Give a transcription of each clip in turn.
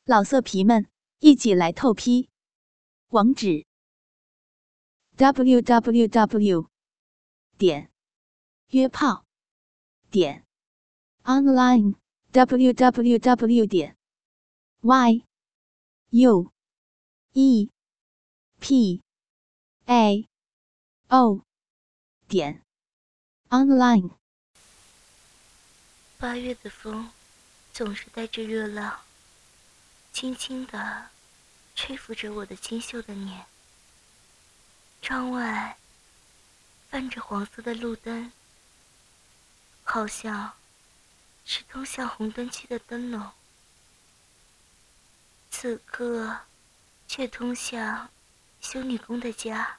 老色皮们，一起来透批！网址 www.约炮online www.yuepao.online。 8月的风总是带着热浪，轻轻地吹拂着我的清秀的脸。窗外泛着黄色的路灯，好像是通向红灯区的灯笼，此刻却通向修女工的家。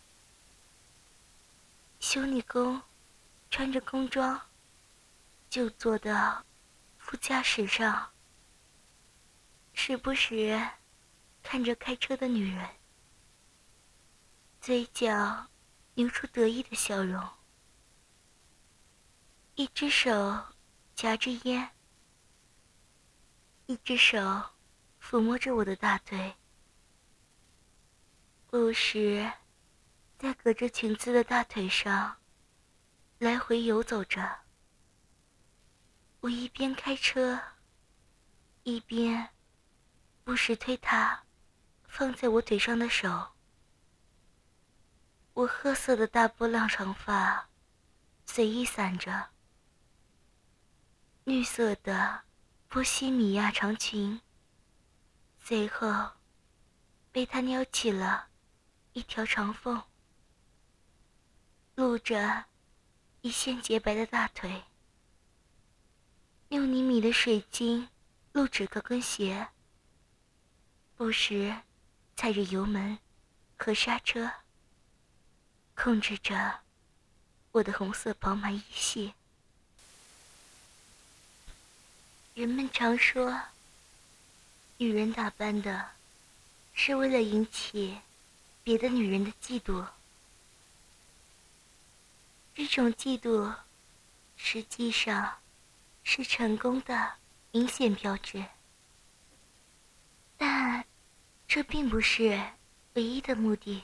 修女工穿着工装，就坐到副驾驶上，时不时看着开车的女人，嘴角流出得意的笑容，一只手夹着烟，一只手抚摸着我的大腿，不时在隔着裙子的大腿上来回游走着。我一边开车，一边不时推他放在我腿上的手。我褐色的大波浪长发随意散着，绿色的波西米亚长裙随后被他撩起了一条长缝，露着一线洁白的大腿。6厘米的水晶露指高跟鞋，不时踩着油门和刹车，控制着我的红色宝马一系。人们常说，女人打扮的是为了引起别的女人的嫉妒，这种嫉妒实际上是成功的明显标志，但这并不是唯一的目的。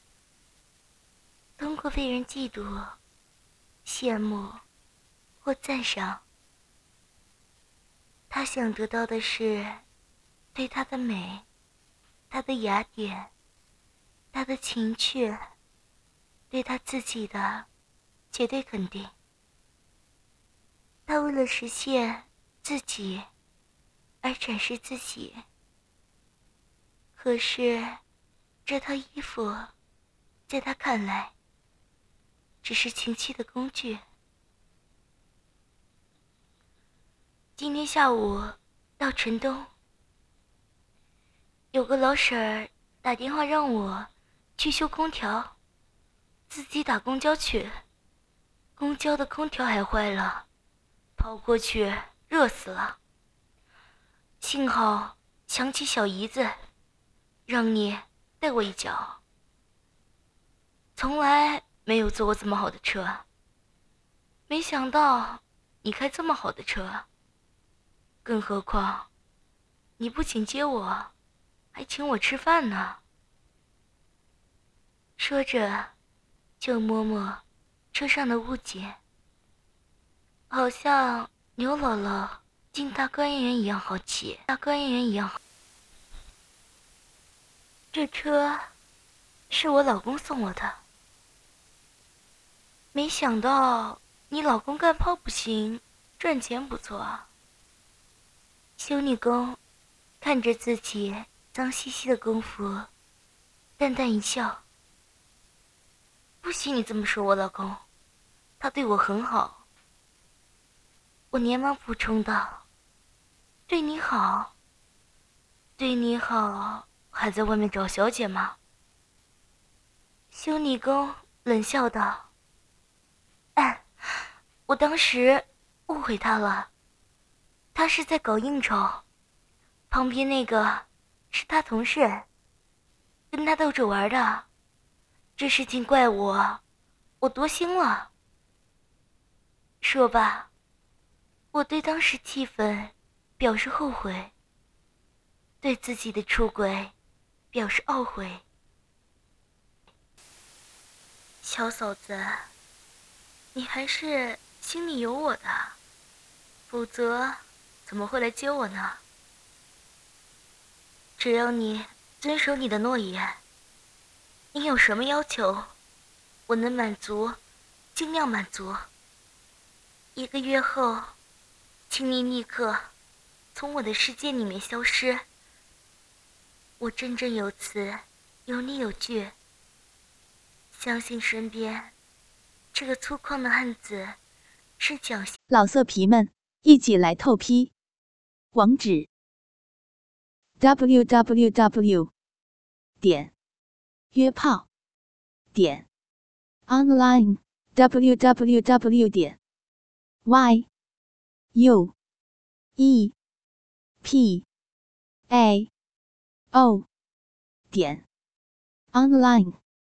通过被人嫉妒、羡慕或赞赏，他想得到的是对她的美、她的雅典、她的情趣，对他自己的绝对肯定。他为了实现自己而展示自己，可是这套衣服在他看来只是情趣的工具。今天下午到城东，有个老婶儿打电话让我去修空调，自己打公交去，公交的空调还坏了，跑过去热死了。幸好想起小姨子让你带我一脚，从来没有坐过这么好的车，没想到你开这么好的车，更何况你不仅接我，还请我吃饭呢。说着就摸摸车上的物件，好像牛姥姥进大观园一样好奇，这车是我老公送我的，没想到你老公干炮不行，赚钱不错啊。修女工看着自己脏兮兮的工服，淡淡一笑。不许你这么说我老公，他对我很好。我连忙补充道，对你好？对你好还在外面找小姐吗？修女工冷笑道，我当时误会他了，他是在搞应酬，旁边那个是他同事，跟他逗着玩的，这事情怪我多心了。说吧，我对当时气氛表示后悔。 对自己的出轨表示懊悔。小嫂子，你还是心里有我的，否则怎么会来接我呢？只要你遵守你的诺言，你有什么要求，我能满足，尽量满足。1个月后，请你立刻从我的世界里面消失。我振振有词，有理有据，相信身边这个粗犷的汉子是蒋欣。 老色皮们，一起来透批！网址 www.约炮.online www.yuepao.online